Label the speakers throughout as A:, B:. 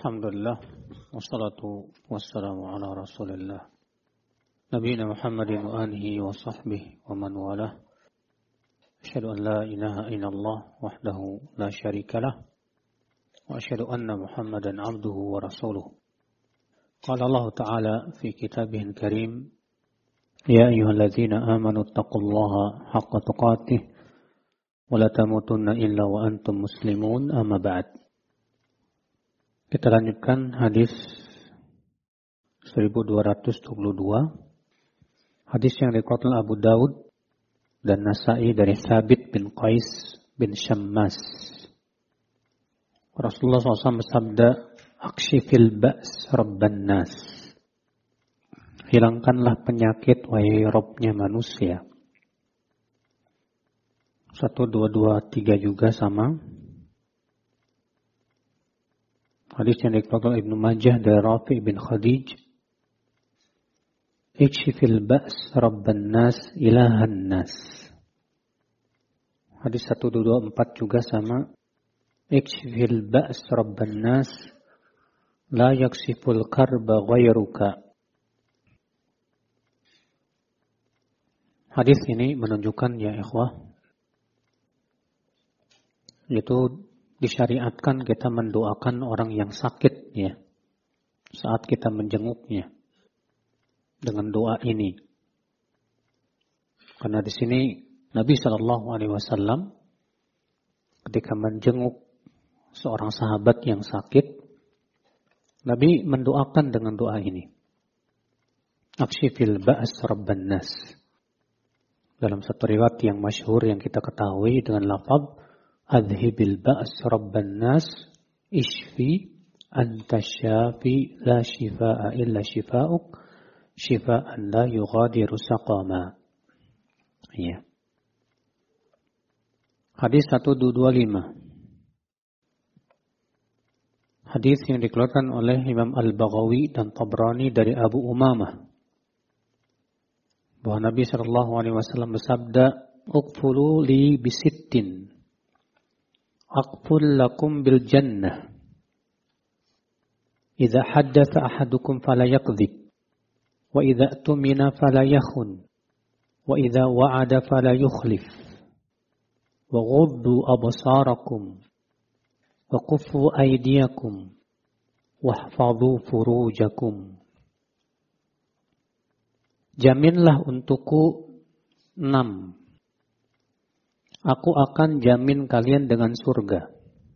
A: Alhamdulillah, wassalatu wassalamu ala rasulillah Nabiina Muhammadin wa alihi wa sahbihi wa man walah. Asyhadu an la ilaha illallah wahdahu la syarikalah wa asyhadu anna Muhammadan abduhu wa rasuluh. Qala Allah Ta'ala fi kitabihil karim, ya ayyuhalladzina amanu taqullaha haqqa tuqatih wa la tamutunna illa wa antum muslimun, amma ba'd. Kita lanjutkan hadis 1222, hadis yang diriwayatkan Abu Daud dan Nasa'i dari Thabit bin Qais bin Syammas. Rasulullah SAW bersabda, "Akshifil ba's rabban nas." Hilangkanlah penyakit, wahai Rabbnya manusia. 1, 2, 2, 3 juga sama. Hadis yang dikeluarkan Ibnu Majah dari Rafi' bin Khadij. Ikshifil ba's rabban nas ilahan nas. Hadis 1, 2, 4 juga sama. Ikshifil ba's rabban nas la yaksiful karba ghairuka. Hadis ini menunjukkan, ya ikhwah, yaitu disyariatkan kita mendoakan orang yang sakit, ya, saat kita menjenguknya dengan doa ini. Karena di sini Nabi SAW ketika menjenguk seorang sahabat yang sakit, Nabi mendoakan dengan doa ini. Akshifil ba's rabban nas. Dalam satu riwayat yang masyhur yang kita ketahui dengan lafaz Adhibil ba's rabban nas ishfi anta syafi la shifaa illa shifaa'uk shifaan la yughadiru saqama. Ya. Hadis 125. Hadis yang dikeluarkan oleh Imam Al-Baghawi dan Tabrani dari Abu Umamah, bahwa Nabi SAW bersabda, "Uqfulu li bisittin aqful lakum bil jannah. Idza haddatha ahadukum fala yakdzib, wa idza tumina fala yakhun, wa idza wa'ada fala yukhlif, wa ghuddu absarakum, wa kuffu aydiyakum, wahfadhu furujakum." Jaminlah untukku 6. Aku akan jamin kalian dengan surga.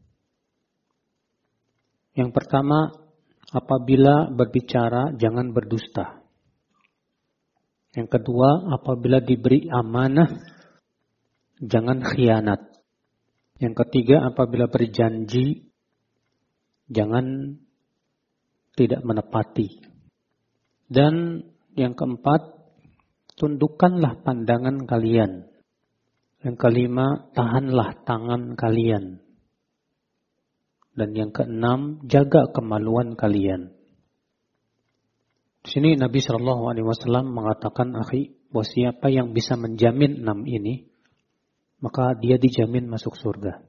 A: Yang pertama, apabila berbicara jangan berdusta. Yang kedua, apabila diberi amanah jangan khianat. Yang ketiga, apabila berjanji jangan tidak menepati. Dan yang keempat, tundukkanlah pandangan kalian. Yang kelima, tahanlah tangan kalian. Dan yang keenam, jaga kemaluan kalian. Di sini Nabi SAW mengatakan, akhi, bahwa siapa yang bisa menjamin 6 ini, maka dia dijamin masuk surga.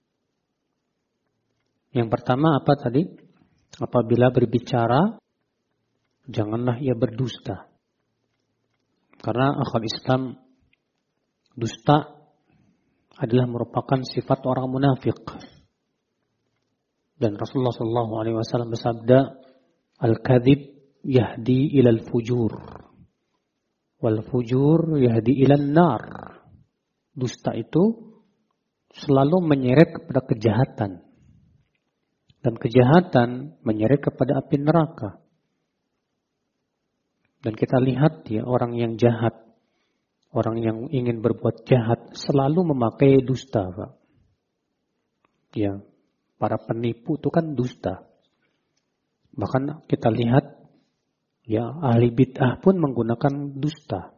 A: Yang pertama apa tadi? Apabila berbicara, janganlah ia berdusta. Karena akal Islam, dusta adalah merupakan sifat orang munafik. Dan Rasulullah SAW bersabda, "Al-kadhib yahdi ilal fujur, wal fujur yahdi ilal nar." Dusta itu selalu menyeret kepada kejahatan, dan kejahatan menyeret kepada api neraka. Dan kita lihat, ya, orang yang jahat, orang yang ingin berbuat jahat selalu memakai dusta, Pak. Ya, para penipu itu kan dusta. Bahkan kita lihat, ya, ahli bid'ah pun menggunakan dusta.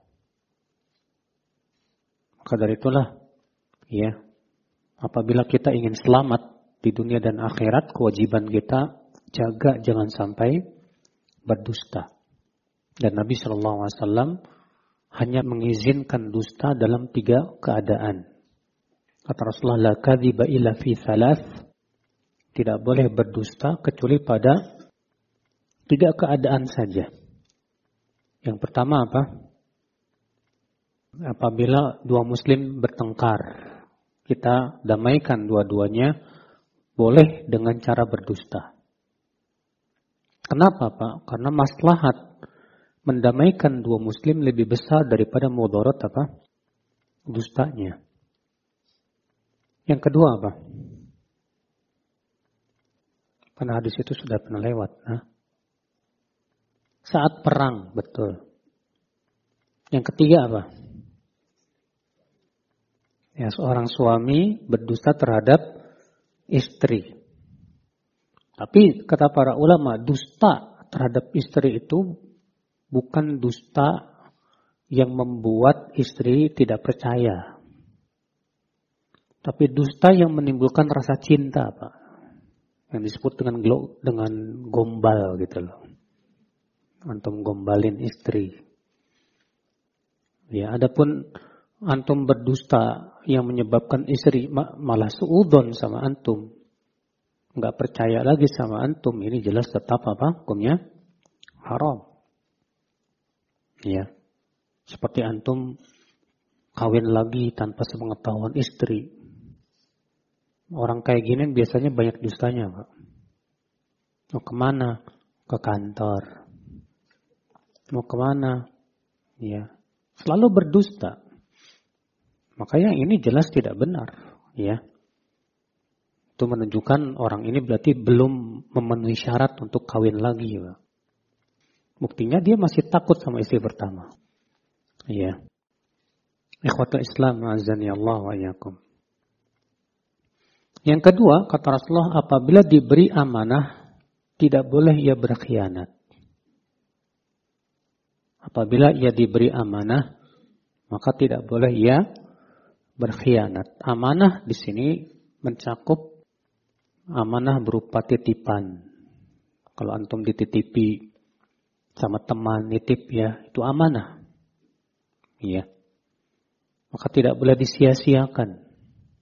A: Maka dari itulah, ya, apabila kita ingin selamat di dunia dan akhirat, kewajiban kita jaga jangan sampai berdusta. Dan Nabi SAW hanya mengizinkan dusta dalam 3 keadaan. Kata Rasulullah, la kadhiba illa fi thalath. tidak boleh berdusta kecuali pada 3 keadaan saja. Yang pertama apa? Apabila 2 muslim bertengkar, kita damaikan dua-duanya, boleh dengan cara berdusta. Kenapa Pak? Karena maslahat mendamaikan 2 muslim lebih besar daripada mudarat apa? Dustanya. Yang kedua apa? Karena hadis itu sudah pernah lewat. Saat perang, betul. Yang ketiga apa? Ya, seorang suami berdusta terhadap istri. Tapi kata para ulama, dusta terhadap istri itu bukan dusta yang membuat istri tidak percaya. Tapi dusta yang menimbulkan rasa cinta, Pak. Yang disebut dengan gombal gitu loh. Antum gombalin istri. Ya, adapun antum berdusta yang menyebabkan istri malah suudzon sama antum, nggak percaya lagi sama antum, ini jelas tetap apa? Hukumnya haram. Ya, seperti antum kawin lagi tanpa sepengetahuan istri. Orang kayak gini biasanya banyak dustanya, Pak. Mau kemana? Ke kantor. Mau kemana? Ya, selalu berdusta. Makanya ini jelas tidak benar. Ya, itu menunjukkan orang ini berarti belum memenuhi syarat untuk kawin lagi, Pak. Buktinya dia masih takut sama istri pertama. Ya, ikhwatul Islam, azani Allah wa iyyakum. Yang kedua, kata Rasulullah, apabila diberi amanah, tidak boleh ia berkhianat. Apabila ia diberi amanah, maka tidak boleh ia berkhianat. Amanah di sini mencakup amanah berupa titipan. Kalau antum dititipi sama teman nitip ya, itu amanah. Iya. Maka tidak boleh disia-siakan.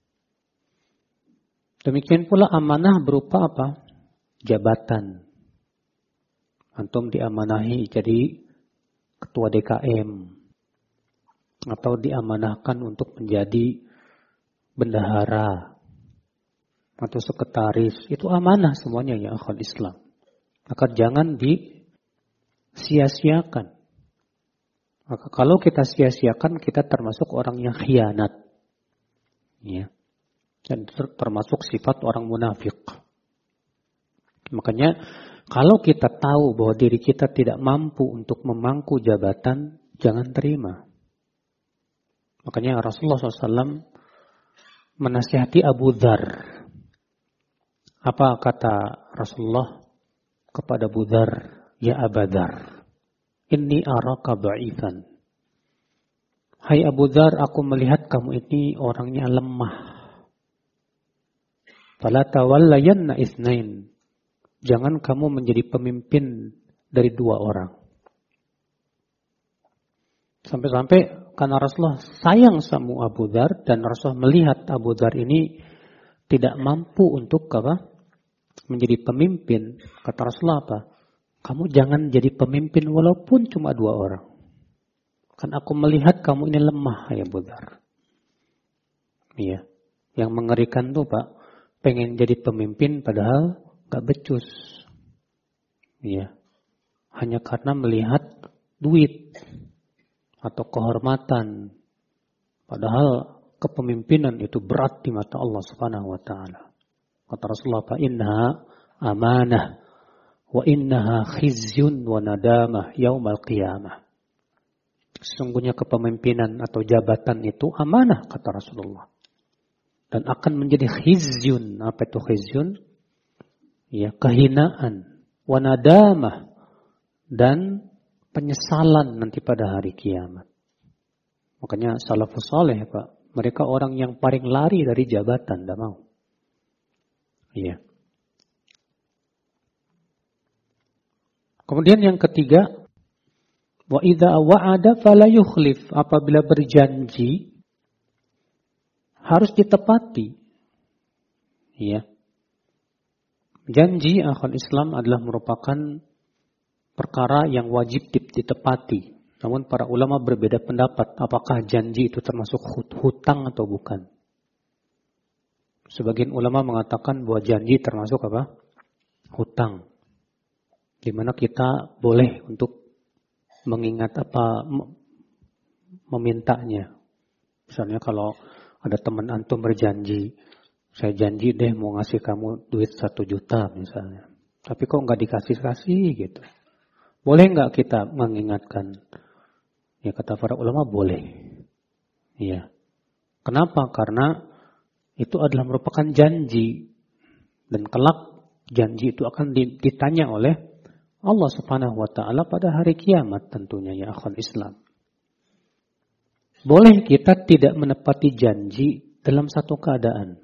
A: Demikian pula amanah berupa apa? Jabatan. Antum diamanahi jadi ketua DKM. Atau diamanahkan untuk menjadi bendahara. Atau sekretaris. Itu amanah semuanya ya akhwal Islam. Maka jangan disia-siakan. Maka kalau kita sia-siakan, kita termasuk orang yang khianat. Ya. Dan termasuk sifat orang munafik. Makanya kalau kita tahu bahwa diri kita tidak mampu untuk memangku jabatan, jangan terima. Makanya Rasulullah SAW menasihati Abu Dzar. Apa kata Rasulullah kepada Abu Dzar? Ya Abu Dzar, inni araka dha'ifan. Hai Abu Dzar, aku melihat kamu ini orangnya lemah. Fala tawallayanna itsnain. Jangan kamu menjadi pemimpin dari 2 orang. Sampai-sampai karena Rasulullah sayang sama Abu Dzar dan Rasulullah melihat Abu Dzar ini tidak mampu untuk apa? Menjadi pemimpin. Kata Rasulullah apa? Kamu jangan jadi pemimpin walaupun cuma 2 orang. Kan aku melihat kamu ini lemah ya Abu Dzar. Iya. Yang mengerikan tuh Pak, pengen jadi pemimpin padahal gak becus. Iya. Hanya karena melihat duit atau kehormatan. Padahal kepemimpinan itu berat di mata Allah Subhanahu wa taala. Kata Rasulullah, "Fa innaha amanah wa innaha khizyun wa nadamah yaumal qiyamah." Sesungguhnya kepemimpinan atau jabatan itu amanah kata Rasulullah. Dan akan menjadi khizyun. Apa itu khizyun? Ya, kehinaan. Wanadamah. Dan penyesalan nanti pada hari kiamat. Makanya salafus saleh Pak. Mereka orang yang paling lari dari jabatan. Tidak mau. Iya. Kemudian yang ketiga. Wa idza wa'ada fala yukhlif. Apabila berjanji, harus ditepati. Ya. Janji akhwal Islam adalah merupakan perkara yang wajib ditepati. Namun para ulama berbeda pendapat apakah janji itu termasuk hutang atau bukan. Sebagian ulama mengatakan bahwa janji termasuk apa? Hutang. Di mana kita boleh untuk mengingat memintanya. Misalnya kalau ada teman antum berjanji, saya janji deh mau ngasih kamu duit 1 juta misalnya. Tapi kok nggak dikasih-kasih gitu. Boleh nggak kita mengingatkan? Ya kata para ulama boleh. Iya. Kenapa? Karena itu adalah merupakan janji. Dan kelak janji itu akan ditanya oleh Allah Subhanahu wa ta'ala pada hari kiamat tentunya ya akhwal Islam. Boleh kita tidak menepati janji dalam satu keadaan.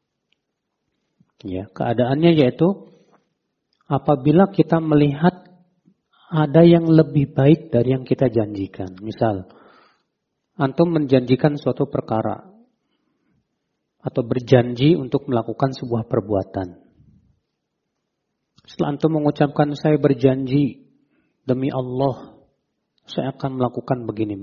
A: Ya, keadaannya yaitu apabila kita melihat ada yang lebih baik dari yang kita janjikan. Misal, antum menjanjikan suatu perkara atau berjanji untuk melakukan sebuah perbuatan. Setelah antum mengucapkan saya berjanji demi Allah saya akan melakukan begini.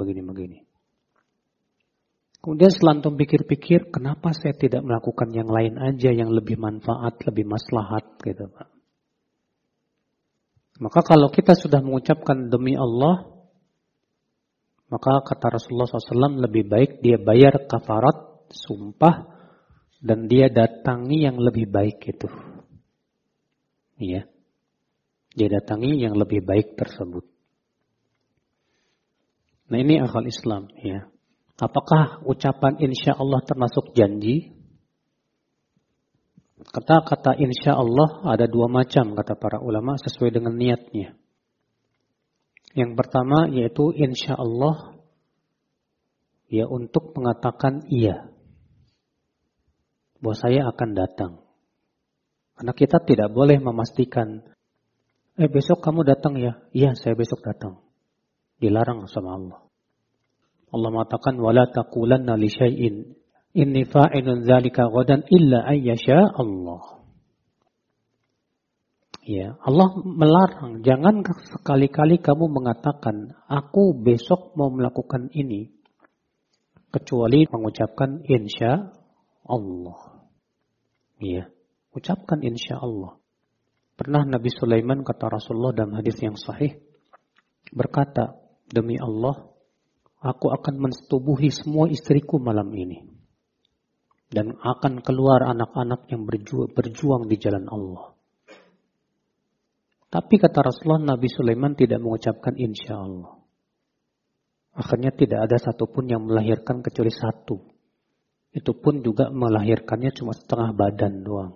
A: Kemudian setelah antum pikir-pikir, kenapa saya tidak melakukan yang lain aja yang lebih manfaat, lebih maslahat gitu Pak. Maka kalau kita sudah mengucapkan demi Allah, maka kata Rasulullah SAW lebih baik dia bayar kafarat, sumpah, dan dia datangi yang lebih baik itu. Iya. Dia datangi yang lebih baik tersebut. Nah ini akal Islam. Ya. Apakah ucapan insya Allah termasuk janji? Kata-kata insya Allah ada 2 macam kata para ulama sesuai dengan niatnya. Yang pertama yaitu insya Allah ya untuk mengatakan iya. Bahwa saya akan datang. Karena kita tidak boleh memastikan besok kamu datang ya? Iya saya besok datang. Dilarang sama Allah. Allah mengatakan wala taqulanna li syai'in inni fa'ilun dzalika ghadan illa ayyasha Allah. Ya, Allah melarang jangan sekali-kali kamu mengatakan aku besok mau melakukan ini kecuali mengucapkan insya Allah. Ya, ucapkan insya Allah. Pernah Nabi Sulaiman kata Rasulullah dalam hadis yang sahih berkata, demi Allah aku akan mensetubuhi semua istriku malam ini. Dan akan keluar anak-anak yang berjuang di jalan Allah. Tapi kata Rasulullah, Nabi Sulaiman tidak mengucapkan insya Allah. Akhirnya tidak ada satupun yang melahirkan kecuali 1. Itu pun juga melahirkannya cuma setengah badan doang.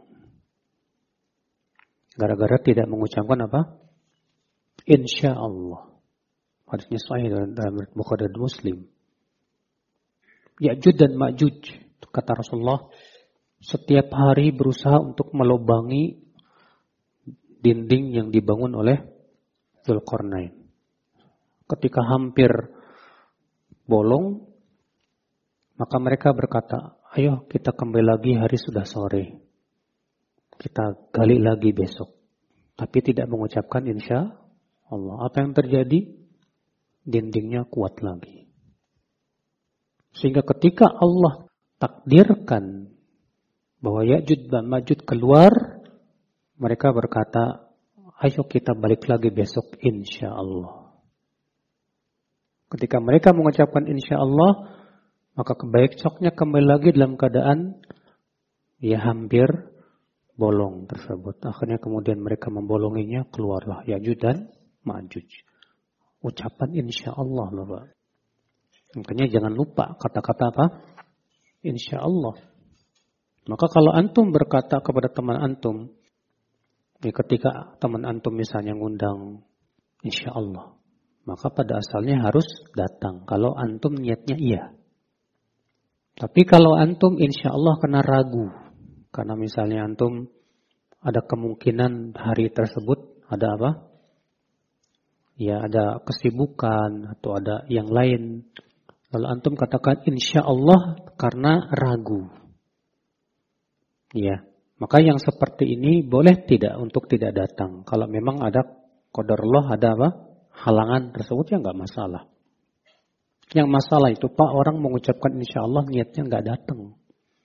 A: Gara-gara tidak mengucapkan apa? Insya Allah. Hadisnya sahih dalam Bukhari dan Muslim. Ya'juj dan Ma'juj. Kata Rasulullah, setiap hari berusaha untuk melubangi dinding yang dibangun oleh Dzulqarnain. Ketika hampir bolong, maka mereka berkata, ayo kita kembali lagi hari sudah sore. Kita gali lagi besok. Tapi tidak mengucapkan insya Allah. Apa yang terjadi? Dindingnya kuat lagi. Sehingga ketika Allah takdirkan bahwa Ya'juj dan Ma'juj keluar, mereka berkata, ayo kita balik lagi besok insya Allah. Ketika mereka mengucapkan insya Allah, maka besoknya kembali lagi dalam keadaan ya hampir bolong tersebut. Akhirnya kemudian mereka membolonginya, keluarlah Ya'juj dan Ma'juj. Ucapan insya Allah loh Pak. Makanya jangan lupa kata-kata apa? Insya Allah. Maka kalau antum berkata kepada teman antum, ketika teman antum misalnya ngundang insya Allah, maka pada asalnya harus datang. Kalau antum niatnya iya. Tapi kalau antum insya Allah kena ragu, karena misalnya antum ada kemungkinan hari tersebut ada apa? Ya ada kesibukan atau ada yang lain. Lalu antum katakan insya Allah karena ragu. Ya, Maka yang seperti ini boleh tidak untuk tidak datang. Kalau memang ada qadarullah, ada apa? Halangan tersebut ya nggak masalah. Yang masalah itu Pak, orang mengucapkan insya Allah niatnya nggak datang.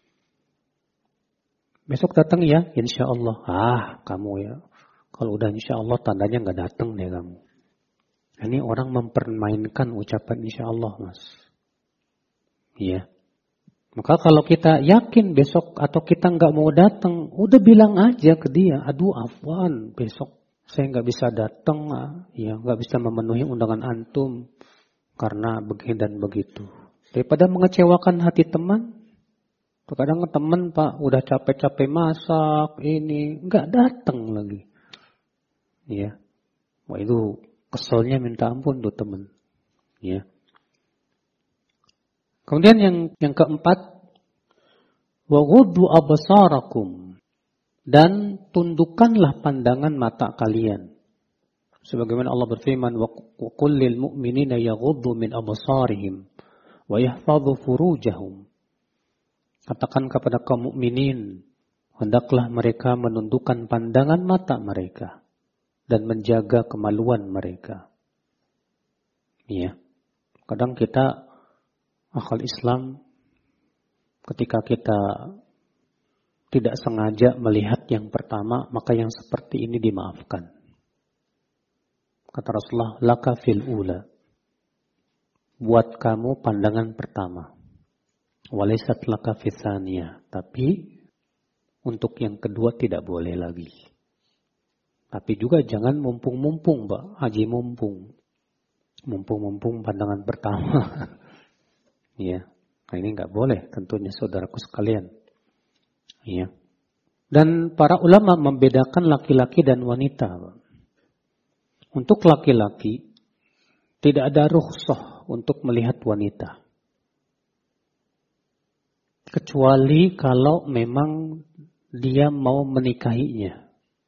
A: Besok datang ya, insya Allah. Kamu ya. Kalau udah insya Allah tandanya nggak datang deh kamu. Ini orang mempermainkan ucapan insya Allah, Mas. Iya. Maka kalau kita yakin besok atau kita nggak mau datang, udah bilang aja ke dia, aduh afwan, besok saya nggak bisa datang, ya nggak bisa memenuhi undangan antum karena begini dan begitu. Daripada mengecewakan hati teman, terkadang teman Pak udah capek-capek masak, ini nggak datang lagi, ya, wah itu keselnya minta ampun tuh teman, ya. Kemudian yang keempat, wa ghuddu absarakum, dan tundukkanlah pandangan mata kalian. Sebagaimana Allah berfirman, wa qul lil mu'minina yaghuddu min absarihim wa yahfadhu furujahum. Katakan kepada kaum mukminin, hendaklah mereka menundukkan pandangan mata mereka dan menjaga kemaluan mereka. Iya. Kadang kita akal Islam, ketika kita tidak sengaja melihat yang pertama, maka yang seperti ini dimaafkan. Kata Rasulullah, laka fil ula, buat kamu pandangan pertama. Walaysat laka fil tsaniyah, tapi untuk yang kedua tidak boleh lagi. Tapi juga jangan mumpung-mumpung, Mbak, haji mumpung. Mumpung-mumpung pandangan pertama. Ya, nah ini nggak boleh tentunya saudaraku sekalian. Ya. Dan para ulama membedakan laki-laki dan wanita. Untuk laki-laki tidak ada rukhsah untuk melihat wanita. Kecuali kalau memang dia mau menikahinya.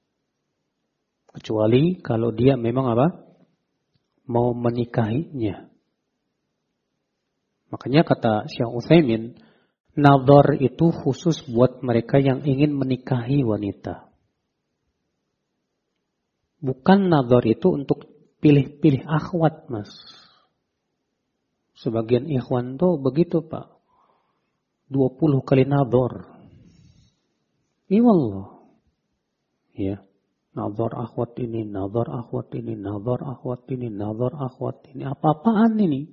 A: Kecuali kalau dia memang apa? Mau menikahinya. Makanya kata Syekh Utsaimin, nadhar itu khusus buat mereka yang ingin menikahi wanita. Bukan nadhar itu untuk pilih-pilih akhwat, Mas. Sebagian ikhwan tuh begitu, Pak. 20 kali nadhar. Iya wallah. Ya. Nadhar akhwat ini, nadhar akhwat ini, nadhar akhwat ini, nadhar akhwat ini. Apa-apaan ini?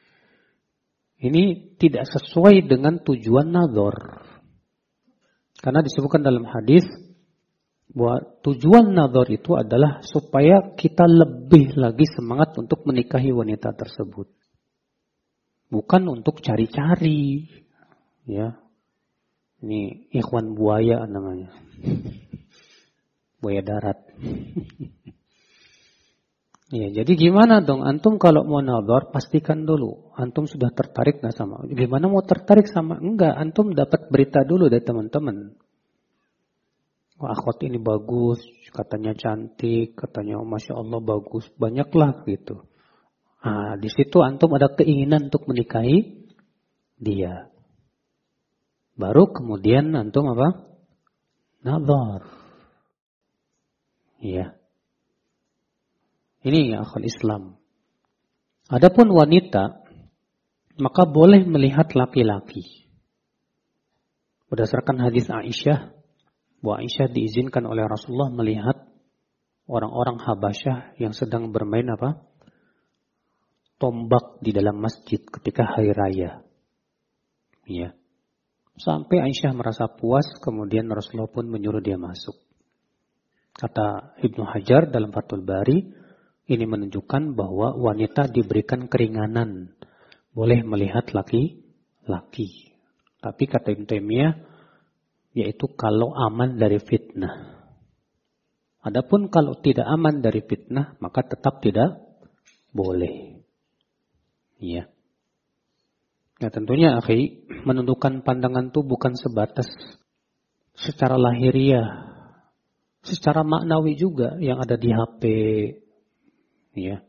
A: Ini tidak sesuai dengan tujuan nadhar. Karena disebutkan dalam hadis bahwa tujuan nadhar itu adalah supaya kita lebih lagi semangat untuk menikahi wanita tersebut. Bukan untuk cari-cari. Ya. Ini ikhwan buaya namanya. Buaya darat. Ya, jadi gimana dong? Antum kalau mau nadhar, pastikan dulu. Antum sudah tertarik nggak sama? Gimana mau tertarik sama? Enggak, antum dapat berita dulu dari teman-teman. Wah, akhwat ini bagus, katanya cantik, katanya Masya Allah bagus. Banyaklah gitu. Nah, di situ antum ada keinginan untuk menikahi dia. Baru kemudian antum apa? Nadhar. Iya. Ini akhwat Islam. Adapun wanita, maka boleh melihat laki-laki. Berdasarkan hadis Aisyah, bahwa Aisyah diizinkan oleh Rasulullah melihat orang-orang Habasyah yang sedang bermain apa? Tombak di dalam masjid ketika hari raya. Ya. Sampai Aisyah merasa puas, kemudian Rasulullah pun menyuruh dia masuk. Kata Ibnu Hajar dalam Fathul Bari, ini menunjukkan bahwa wanita diberikan keringanan. Boleh melihat laki-laki. Tapi kata Ibnu Taimiyah, yaitu kalau aman dari fitnah. Adapun kalau tidak aman dari fitnah, maka tetap tidak boleh. Ya. Nah tentunya akhi, menundukkan pandangan itu bukan sebatas secara lahiriah. Secara maknawi juga yang ada di HP. Ya,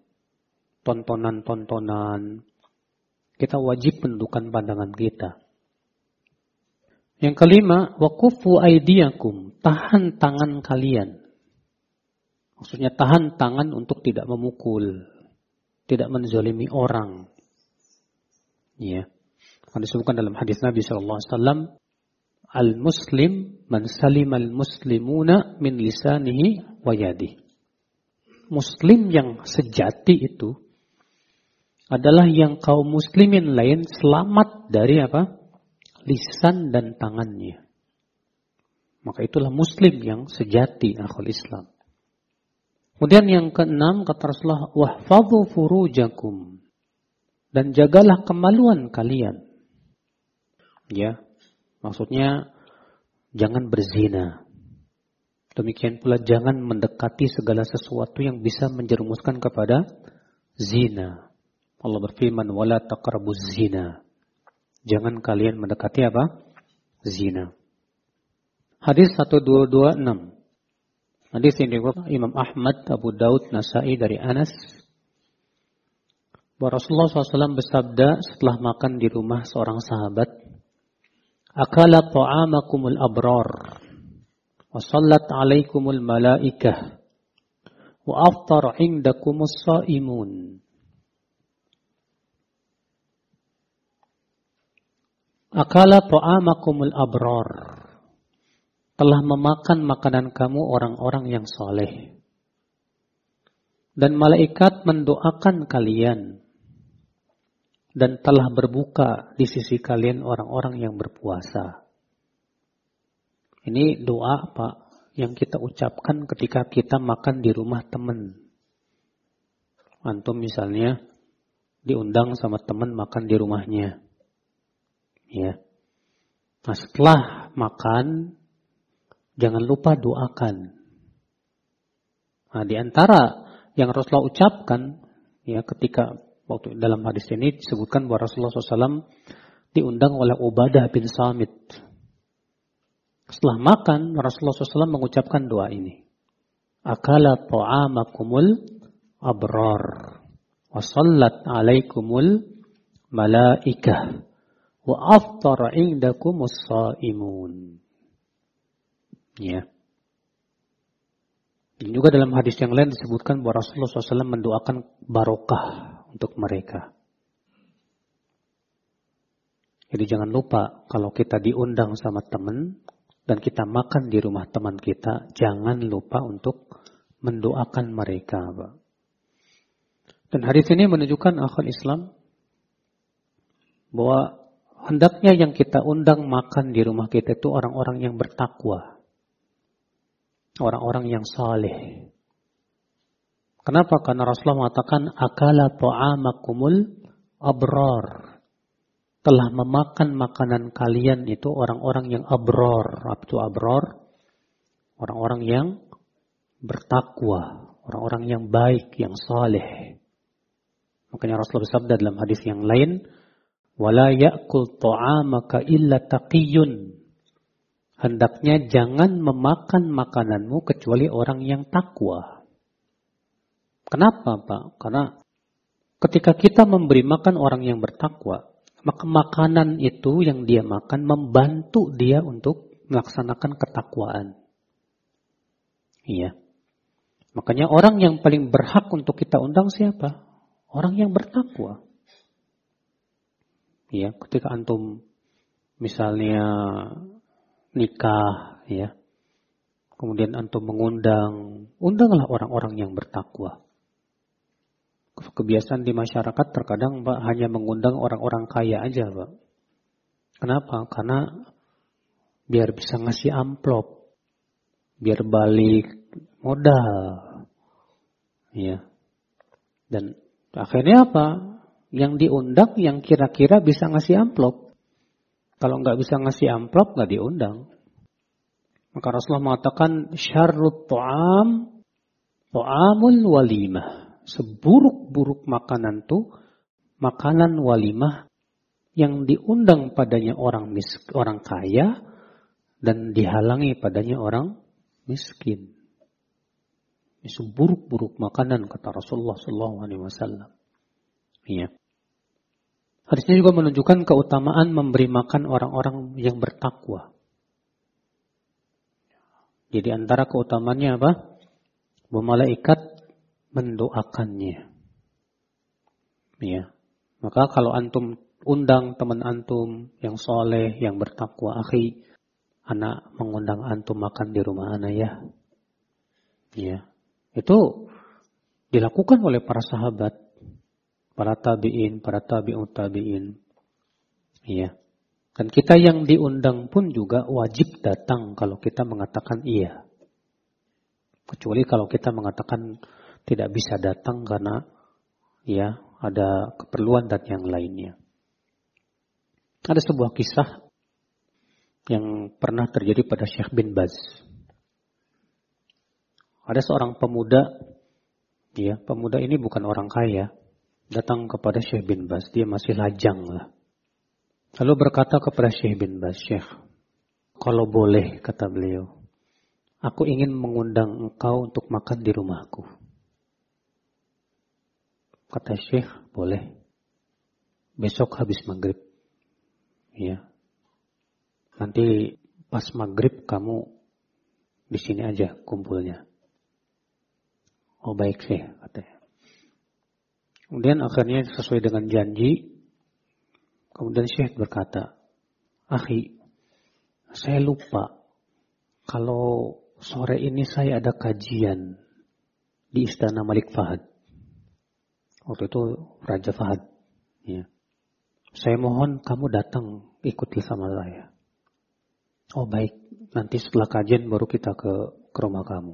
A: tontonan-tontonan, kita wajib menundukkan pandangan kita. Yang kelima, wa kuffu aydiyakum, tahan tangan kalian. Maksudnya tahan tangan untuk tidak memukul, tidak menzalimi orang. Ya. Yang disebutkan dalam hadis Nabi SAW, al-muslim man salimal muslimuna min lisanihi wa yadihi. Muslim yang sejati itu adalah yang kaum muslimin lain selamat dari apa? Lisan dan tangannya. Maka itulah muslim yang sejati, akhul Islam. Kemudian yang keenam, kata Rasulullah, wahfadhu furujakum, dan jagalah kemaluan kalian. Ya, maksudnya jangan berzina. Demikian pula jangan mendekati segala sesuatu yang bisa menjerumuskan kepada zina. Allah berfirman, wala taqrabuz zina. Jangan kalian mendekati apa? Zina. Hadis 1226. Hadis yang diriwayatkan Imam Ahmad, Abu Daud, Nasa'i dari Anas. Bahwa Rasulullah SAW bersabda setelah makan di rumah seorang sahabat, akala ta'amakumul abrar, wa sallat alaikumul malaikah, wa aftar indakumus sa'imun. Akala ta'amakumul abrar, telah memakan makanan kamu orang-orang yang soleh. Dan malaikat mendoakan kalian. Dan telah berbuka di sisi kalian orang-orang yang berpuasa. Ini doa Pak yang kita ucapkan ketika kita makan di rumah teman. Antum misalnya diundang sama teman makan di rumahnya. Ya. Nah, setelah makan jangan lupa doakan. Nah, di antara yang Rasulullah ucapkan ya ketika waktu dalam hadis ini disebutkan bahwa Rasulullah SAW diundang oleh Ubadah bin Samit. Setelah makan, Rasulullah SAW mengucapkan doa ini. Akala ta'amakumul abrar, wa sallat alaikumul malaikah, wa aftara indakumus sa'imun. Ya. Dan juga dalam hadis yang lain disebutkan bahwa Rasulullah SAW mendoakan barokah untuk mereka. Jadi jangan lupa kalau kita diundang sama teman dan kita makan di rumah teman kita, jangan lupa untuk mendoakan mereka. Dan hadis ini menunjukkan akhul Islam bahwa hendaknya yang kita undang makan di rumah kita itu orang-orang yang bertakwa. Orang-orang yang saleh. Kenapa? Karena Rasulullah mengatakan akala ta'amakumul abrar. Telah memakan makanan kalian itu orang-orang yang abrar. Apa itu abrar? Orang-orang yang bertakwa, orang-orang yang baik, yang saleh. Makanya Rasulullah bersabda dalam hadis yang lain, wala ya'kul ta'amaka illa taqiyyun. Hendaknya jangan memakan makananmu kecuali orang yang takwa. Kenapa, Pak? Karena ketika kita memberi makan orang yang bertakwa, maka makanan itu yang dia makan membantu dia untuk melaksanakan ketakwaan. Iya. Makanya orang yang paling berhak untuk kita undang siapa? Orang yang bertakwa. Iya, ketika antum misalnya nikah, ya. Kemudian antum mengundang, undanglah orang-orang yang bertakwa. Kebiasaan di masyarakat terkadang Pak hanya mengundang orang-orang kaya aja, Pak. Kenapa? Karena biar bisa ngasih amplop, biar balik modal, ya. Dan akhirnya apa? Yang diundang yang kira-kira bisa ngasih amplop. Kalau nggak bisa ngasih amplop, nggak diundang. Maka Rasulullah mengatakan, syarrut ta'am, ta'amul walimah. Seburuk-buruk makanan tuh, makanan walimah yang diundang padanya orang kaya dan dihalangi padanya orang miskin. Ini seburuk-buruk makanan kata Rasulullah SAW. Iya. Hadisnya juga menunjukkan keutamaan memberi makan orang-orang yang bertakwa. Jadi antara keutamaannya apa? Bahwa malaikat mendoakannya. Ya. Maka kalau antum undang teman antum yang soleh, yang bertakwa, akhi, anak mengundang antum makan di rumah anak ya. Ya. Itu dilakukan oleh para sahabat, para tabi'in, para tabi'ut tabi'in. Ya. Dan kita yang diundang pun juga wajib datang kalau kita mengatakan iya. Kecuali kalau kita mengatakan tidak bisa datang karena ya ada keperluan dan yang lainnya. Ada sebuah kisah yang pernah terjadi pada Syekh bin Baz. Ada seorang pemuda, ya, pemuda ini bukan orang kaya, datang kepada Syekh bin Baz, dia masih lajang lah. Lalu berkata kepada Syekh bin Baz, Syekh, kalau boleh, kata beliau, aku ingin mengundang engkau untuk makan di rumahku. Kata Syekh, boleh. Besok habis maghrib. Ya. Nanti pas maghrib kamu di sini aja kumpulnya. Oh baik Syekh, katanya. Kemudian akhirnya sesuai dengan janji. Kemudian Syekh berkata, akhi, saya lupa kalau sore ini saya ada kajian di Istana Malik Fahad. Waktu itu Raja Fahad. Ya. Saya mohon kamu datang ikuti sama saya. Oh baik, nanti setelah kajian baru kita ke rumah kamu.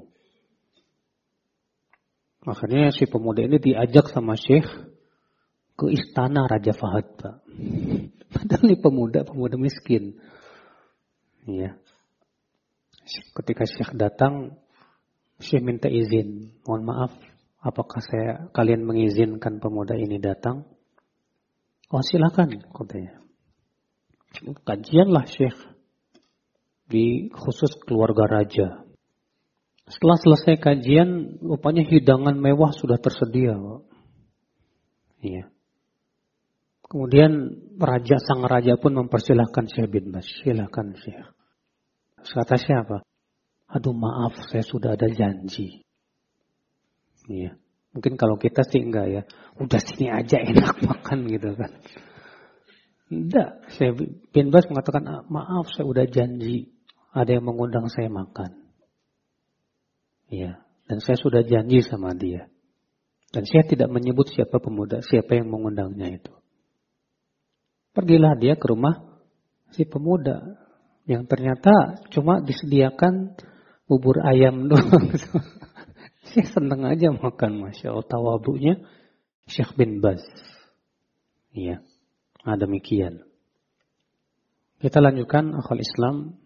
A: Akhirnya si pemuda ini diajak sama Syekh ke Istana Raja Fahad, Pak. Padahal ini pemuda miskin. Ya. Ketika Syekh datang, Syekh minta izin. Mohon maaf, apakah kalian mengizinkan pemuda ini datang? Oh silakan, katanya. Kajianlah Syekh di khusus keluarga raja. Setelah selesai kajian, rupanya hidangan mewah sudah tersedia, Pak. Iya. Kemudian sang raja pun mempersilahkan Syekh bin Baz. Silakan Syekh. Kata siapa? Aduh maaf, saya sudah ada janji. Iya. Mungkin kalau kita sih enggak ya. Udah sini aja enak makan gitu kan. Enggak. Syekh bin Baz mengatakan, maaf saya udah janji. Ada yang mengundang saya makan. Iya. Dan saya sudah janji sama dia. Dan saya tidak menyebut siapa yang mengundangnya itu. Pergilah dia ke rumah si pemuda. Yang ternyata cuma disediakan bubur ayam doang. Saya senang aja makan, Masya Allah. Tawabunya Syekh bin Baz. Iya. Nah, demikian. Kita lanjutkan akhwal Islam.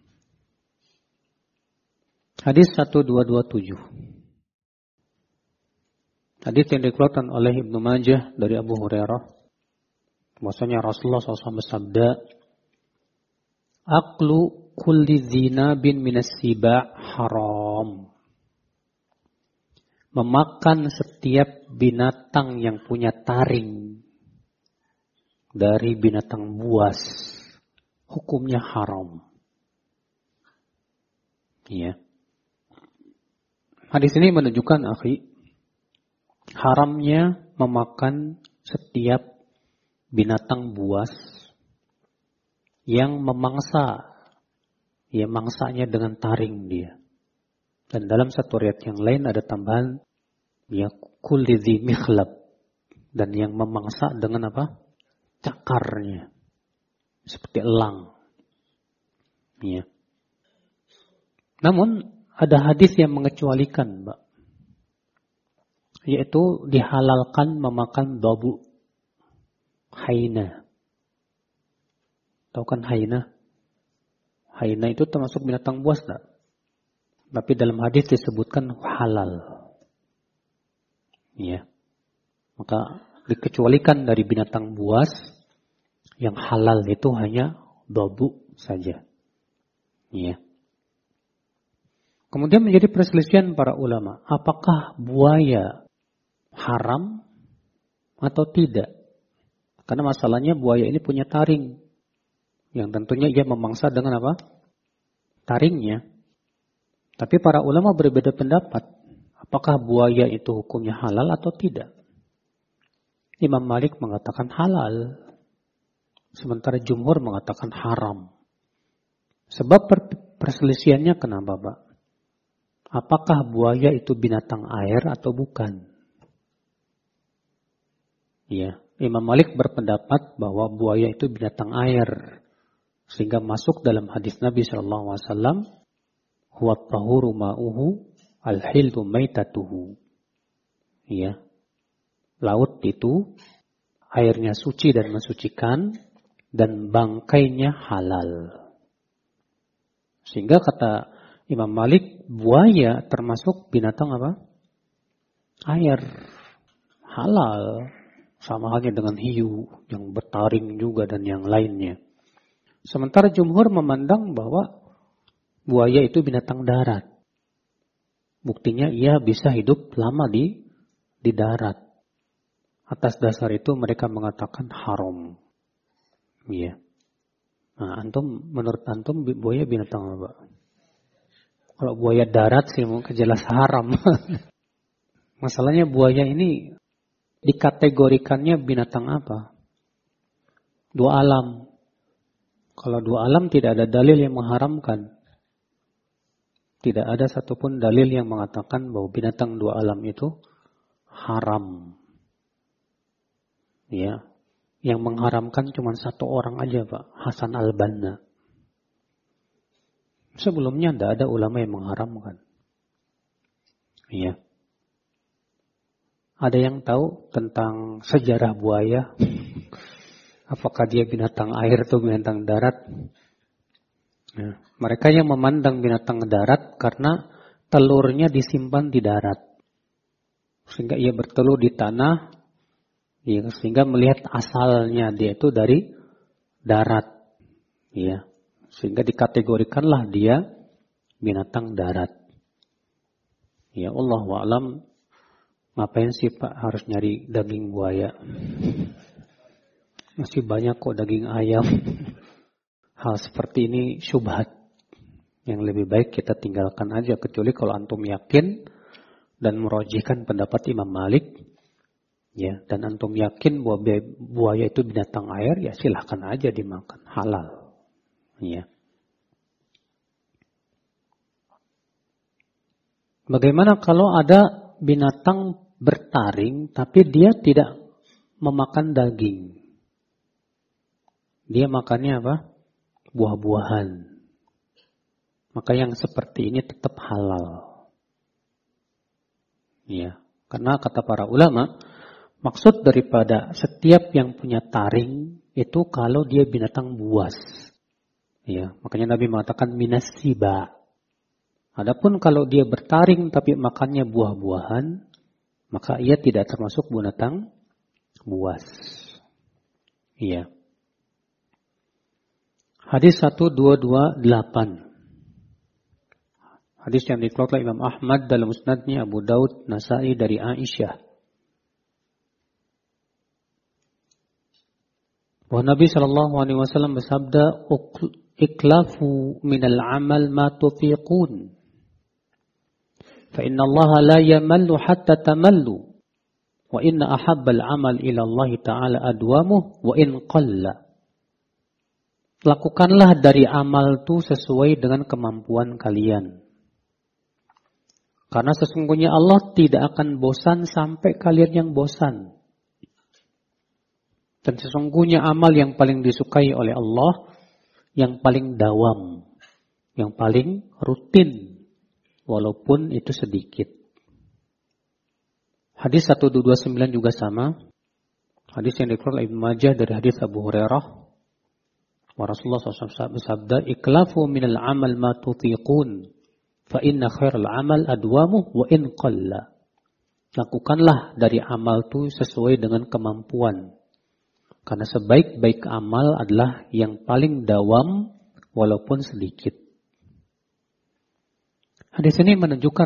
A: Hadis 1227. Hadis yang dikeluarkan oleh Ibnu Majah dari Abu Hurairah. Bahwasanya Rasulullah SAW bersabda, Aklu kulli zinabin minas siba' haram. Memakan setiap binatang yang punya taring dari binatang buas, hukumnya haram. Ya. Hadis ini menunjukkan, akhi, haramnya memakan setiap binatang buas yang memangsa, ya mangsanya dengan taring dia. Dan dalam satu riwayat yang lain ada tambahan, ya kulli dzi mikhlab, dan yang memangsa dengan apa? Cakarnya, seperti elang. Ya. Namun ada hadis yang mengecualikan, Mbak, yaitu dihalalkan memakan babu. Haina. Tahu kan haina? Haina itu termasuk binatang buas tak? Tapi dalam hadis disebutkan halal. Ya. Maka dikecualikan dari binatang buas, yang halal itu hanya babu saja. Ya. Kemudian menjadi perselisihan para ulama. Apakah buaya haram atau tidak? Karena masalahnya buaya ini punya taring. Yang tentunya ia memangsa dengan apa? Taringnya. Tapi para ulama berbeda pendapat. Apakah buaya itu hukumnya halal atau tidak? Imam Malik mengatakan halal. Sementara jumhur mengatakan haram. Sebab perselisihannya kenapa, Pak? Apakah buaya itu binatang air atau bukan? Ya, Imam Malik berpendapat bahwa buaya itu binatang air. Sehingga masuk dalam hadis Nabi SAW, huwa tahuru ma'uhu al-hildu maitatuhu. Ya. Laut itu airnya suci dan mensucikan dan bangkainya halal. Sehingga kata Imam Malik, buaya termasuk binatang apa? Air. Halal. Sama halnya dengan hiu yang bertaring juga dan yang lainnya. Sementara jumhur memandang bahwa buaya itu binatang darat. Buktinya ia bisa hidup lama di darat. Atas dasar itu mereka mengatakan haram. Iya. Nah, menurut antum buaya binatang apa? Kalau buaya darat sih mungkin jelas haram. Masalahnya buaya ini dikategorikannya binatang apa? Dua alam. Kalau dua alam tidak ada dalil yang mengharamkan. Tidak ada satupun dalil yang mengatakan bahwa binatang dua alam itu haram. Ya. Yang mengharamkan cuma satu orang aja, Pak. Hasan al-Banna. Sebelumnya tidak ada ulama yang mengharamkan. Ya. Ada yang tahu tentang sejarah buaya? Apakah dia binatang air atau binatang darat? Ya. Mereka yang memandang binatang darat karena telurnya disimpan di darat. Sehingga ia bertelur di tanah. Ya, sehingga melihat asalnya dia itu dari darat. Ya. Sehingga dikategorikanlah dia binatang darat. Ya Allah wa'alam. Ngapain sih Pak harus nyari daging buaya? Masih banyak kok daging ayam. Hal seperti ini syubhat. Yang lebih baik kita tinggalkan aja. Kecuali kalau antum yakin dan merojihkan pendapat Imam Malik. Ya, dan antum yakin bahwa buaya itu binatang air, ya silahkan aja dimakan. Halal. Ya. Bagaimana kalau ada binatang bertaring tapi dia tidak memakan daging? Dia makannya apa? Buah-buahan. Maka yang seperti ini tetap halal. Ya, karena kata para ulama, maksud daripada setiap yang punya taring itu kalau dia binatang buas. Ya, makanya Nabi mengatakan minas siba. Adapun kalau dia bertaring tapi makannya buah-buahan, maka ia tidak termasuk binatang buas. Iya. Hadis 1228. Hadis yang dikeluarkan Imam Ahmad dalam musnadnya, Abu Daud, Nasai dari Aisyah. Bahwa Nabi SAW bersabda, iklafu minal amal ma tufiqun. Fa inna Allah la yamallu hatta tamallu. Wa inna ahabbal amal ila Allah ta'ala adwamuh wa in qalla. Lakukanlah dari amal itu sesuai dengan kemampuan kalian. Karena sesungguhnya Allah tidak akan bosan sampai kalian yang bosan. Dan sesungguhnya amal yang paling disukai oleh Allah, yang paling dawam, yang paling rutin, walaupun itu sedikit. Hadis 1229 juga sama. Hadis yang dikeluarkan oleh Ibnu Majah dari hadis Abu Hurairah. Wa Rasulullah SAW bersabda, iklafu minal amal ma tutiqun. Fa inna khairal amal adwamu wa in qalla. Lakukanlah dari amal itu sesuai dengan kemampuan. Karena sebaik-baik amal adalah yang paling dawam walaupun sedikit. Hadis ini menunjukkan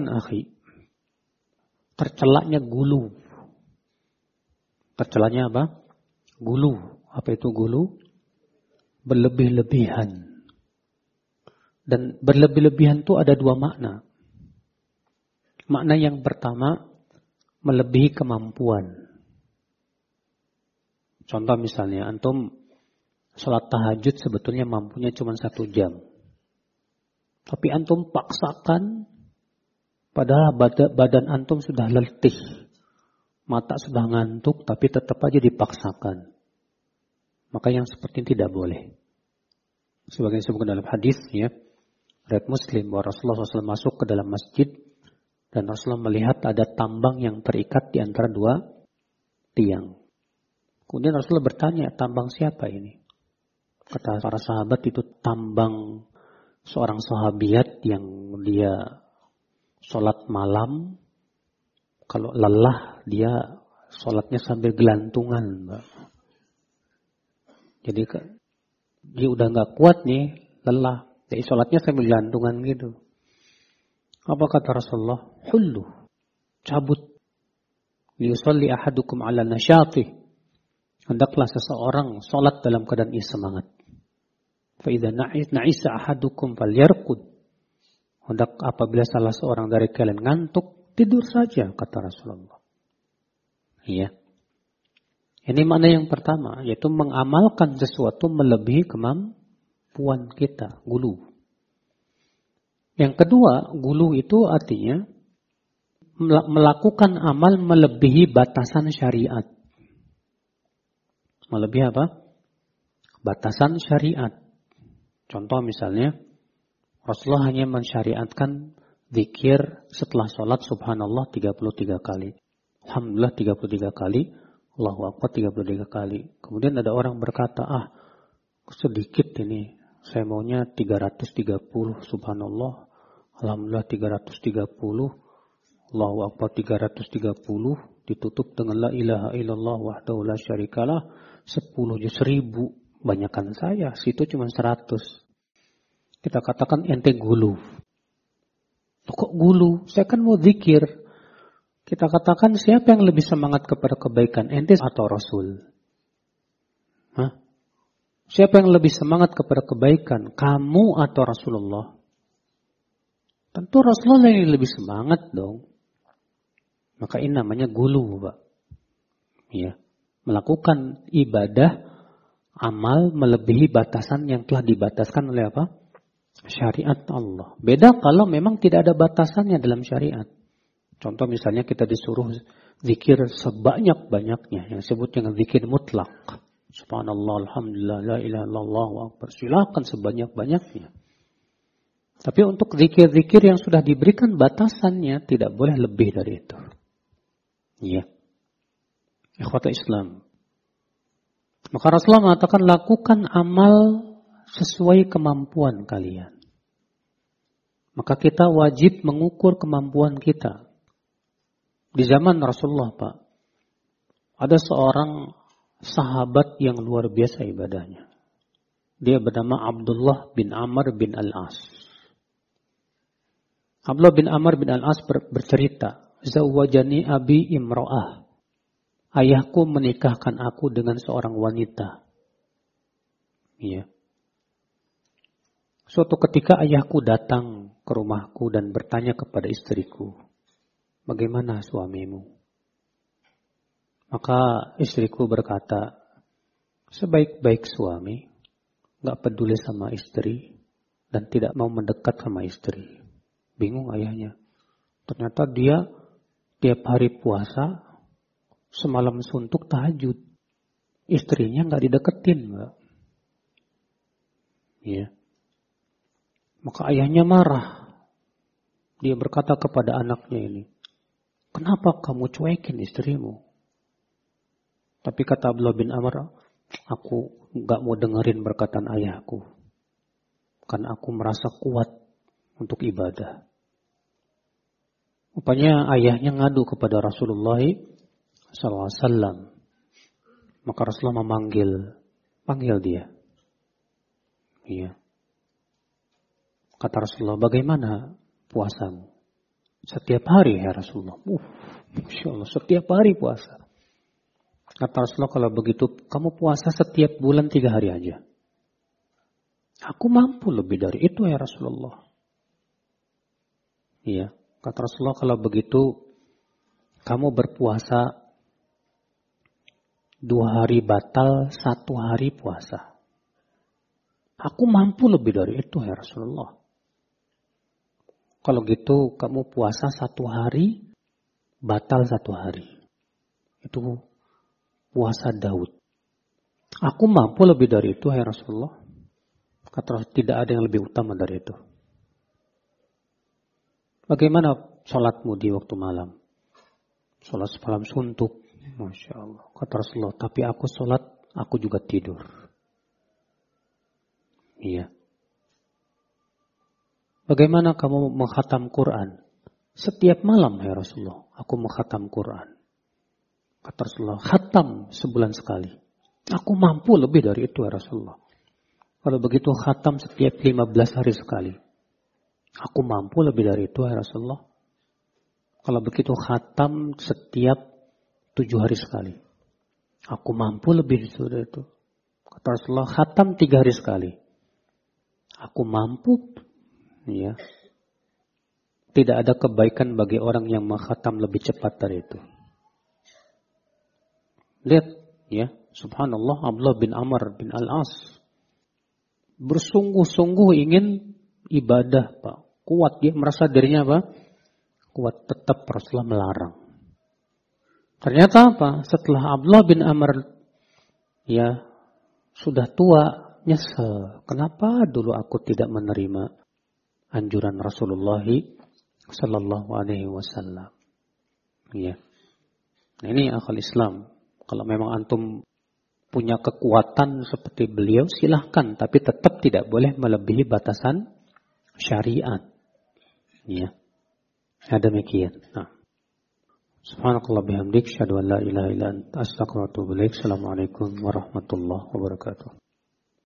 A: tercelaknya gulu. Tercelaknya apa? Gulu. Apa itu gulu? Berlebih-lebihan. Dan berlebih-lebihan itu ada dua makna. Makna yang pertama, melebihi kemampuan. Contoh misalnya, antum sholat tahajud sebetulnya mampunya cuma 1 jam. Tapi antum paksakan, padahal badan antum sudah letih. Mata sudah ngantuk, tapi tetap aja dipaksakan. Maka yang seperti ini tidak boleh. Sebagian disebutkan dalam hadis, ya, riwayat Muslim, bahwa Rasulullah SAW masuk ke dalam masjid, dan Rasulullah melihat ada tambang yang terikat di antara 2 tiang. Kemudian Rasulullah bertanya, tambang siapa ini? Kata para sahabat, itu tambang seorang sahabiat yang dia sholat malam. Kalau lelah, dia sholatnya sambil gelantungan, Mbak. Jadi dia udah gak kuat nih, lelah. Jadi sholatnya sambil gelantungan gitu. Apa kata Rasulullah? Hullu, cabut. Liyusalli ahadukum ala nasyatih. Hendaklah seseorang sholat dalam keadaan semangat. Fa'idha na'isa ahadukum falyarqud. Hendak apabila salah seorang dari kalian ngantuk, tidur saja, kata Rasulullah. Iya. Ini makna yang pertama, yaitu mengamalkan sesuatu melebihi kemampuan kita, gulu. Yang kedua, gulu itu artinya melakukan amal melebihi batasan syariat. Melebihi apa? Batasan syariat. Contoh misalnya, Rasulullah hanya mensyariatkan zikir setelah sholat subhanallah 33 kali. Alhamdulillah 33 kali. Allahu Akbar 33 kali. Kemudian ada orang berkata, sedikit ini. Saya maunya 330 subhanallah. Alhamdulillah 330. Allahu Akbar 330. Ditutup dengan la ilaha illallah wahdahu la syarikalah. 10 juz 1000. Banyakan saya. Situ cuma 100. Kita katakan ente gulu. Kok gulu? Saya kan mau zikir. Kita katakan siapa yang lebih semangat kepada kebaikan? Ente atau Rasul? Hah? Siapa yang lebih semangat kepada kebaikan? Kamu atau Rasulullah? Tentu Rasulullah yang lebih semangat dong. Maka ini namanya gulu, Pak. Ya. Melakukan ibadah, amal melebihi batasan yang telah dibataskan oleh apa? Syariat Allah. Beda kalau memang tidak ada batasannya dalam syariat. Contoh misalnya kita disuruh zikir sebanyak-banyaknya. Yang disebut dengan zikir mutlak. Subhanallah, alhamdulillah, la ilaha illallah, wa akbar. Silakan sebanyak-banyaknya. Tapi untuk zikir-zikir yang sudah diberikan batasannya, tidak boleh lebih dari itu. Iya. Ikhwata Islam. Maka Rasulullah mengatakan, lakukan amal sesuai kemampuan kalian. Maka kita wajib mengukur kemampuan kita. Di zaman Rasulullah, Pak, ada seorang sahabat yang luar biasa ibadahnya. Dia bernama Abdullah bin Amr bin Al-As. Abdullah bin Amr bin Al-As bercerita, Zawwajani abi imra'ah. Ayahku menikahkan aku dengan seorang wanita. Iya. Suatu ketika ayahku datang ke rumahku dan bertanya kepada istriku, bagaimana suamimu? Maka istriku berkata, sebaik-baik suami, gak peduli sama istri, dan tidak mau mendekat sama istri. Bingung ayahnya. Ternyata dia tiap hari puasa, semalam suntuk tahajud. Istrinya gak dideketin, Mbak. Iya. Maka ayahnya marah. Dia berkata kepada anaknya ini, kenapa kamu cuekin istrimu? Tapi kata Abdullah bin Amr, aku gak mau dengerin perkataan ayahku. Karena aku merasa kuat untuk ibadah. Rupanya ayahnya ngadu kepada Rasulullah SAW. Maka Rasulullah panggil dia. Iya. Kata Rasulullah, bagaimana puasamu? Setiap hari ya Rasulullah. Masya Allah, setiap hari puasa. Kata Rasulullah, kalau begitu kamu puasa setiap bulan 3 hari aja. Aku mampu lebih dari itu ya Rasulullah. Iya, kata Rasulullah, kalau begitu kamu berpuasa 2 hari batal, 1 hari puasa. Aku mampu lebih dari itu ya Rasulullah. Kalau gitu kamu puasa 1 hari, batal 1 hari. Itu puasa Daud. Aku mampu lebih dari itu ya Rasulullah. Kata Rasulullah, tidak ada yang lebih utama dari itu. Bagaimana sholatmu di waktu malam? Sholat malam suntuk. Masya Allah. Kata Rasulullah, tapi aku sholat, aku juga tidur. Iya. Bagaimana kamu mengkhatam Quran? Setiap malam ya Rasulullah, aku mengkhatam Quran. Kata Rasulullah, khatam sebulan sekali. Aku mampu lebih dari itu ya Rasulullah. Kalau begitu khatam setiap 15 hari sekali. Aku mampu lebih dari itu ya Rasulullah. Kalau begitu khatam setiap 7 hari sekali. Aku mampu lebih dari itu. Kata Rasulullah, khatam 3 hari sekali. Aku mampu. Ya. Tidak ada kebaikan bagi orang yang mengkhatam lebih cepat dari itu. Lihat, ya, subhanallah, Abdullah bin Amr bin Al-As bersungguh-sungguh ingin ibadah, Pak. Kuat, dia merasa dirinya apa? Kuat, tetap Rasulullah melarang. Ternyata apa? Setelah Abdullah bin Amr ya sudah tua, nyesel. Kenapa dulu aku tidak menerima anjuran Rasulullah sallallahu alaihi wasallam? Ya. Nah, ini akal Islam. Kalau memang antum punya kekuatan seperti beliau, silahkan, tapi tetap tidak boleh melebihi batasan syariat. Ya. Ada demikian. Nah. Subhanakallah bihamdik, syahadu an la ilaha illa anta, astaghfiruka wa atubu ilaik. Assalamualaikum warahmatullahi wabarakatuh.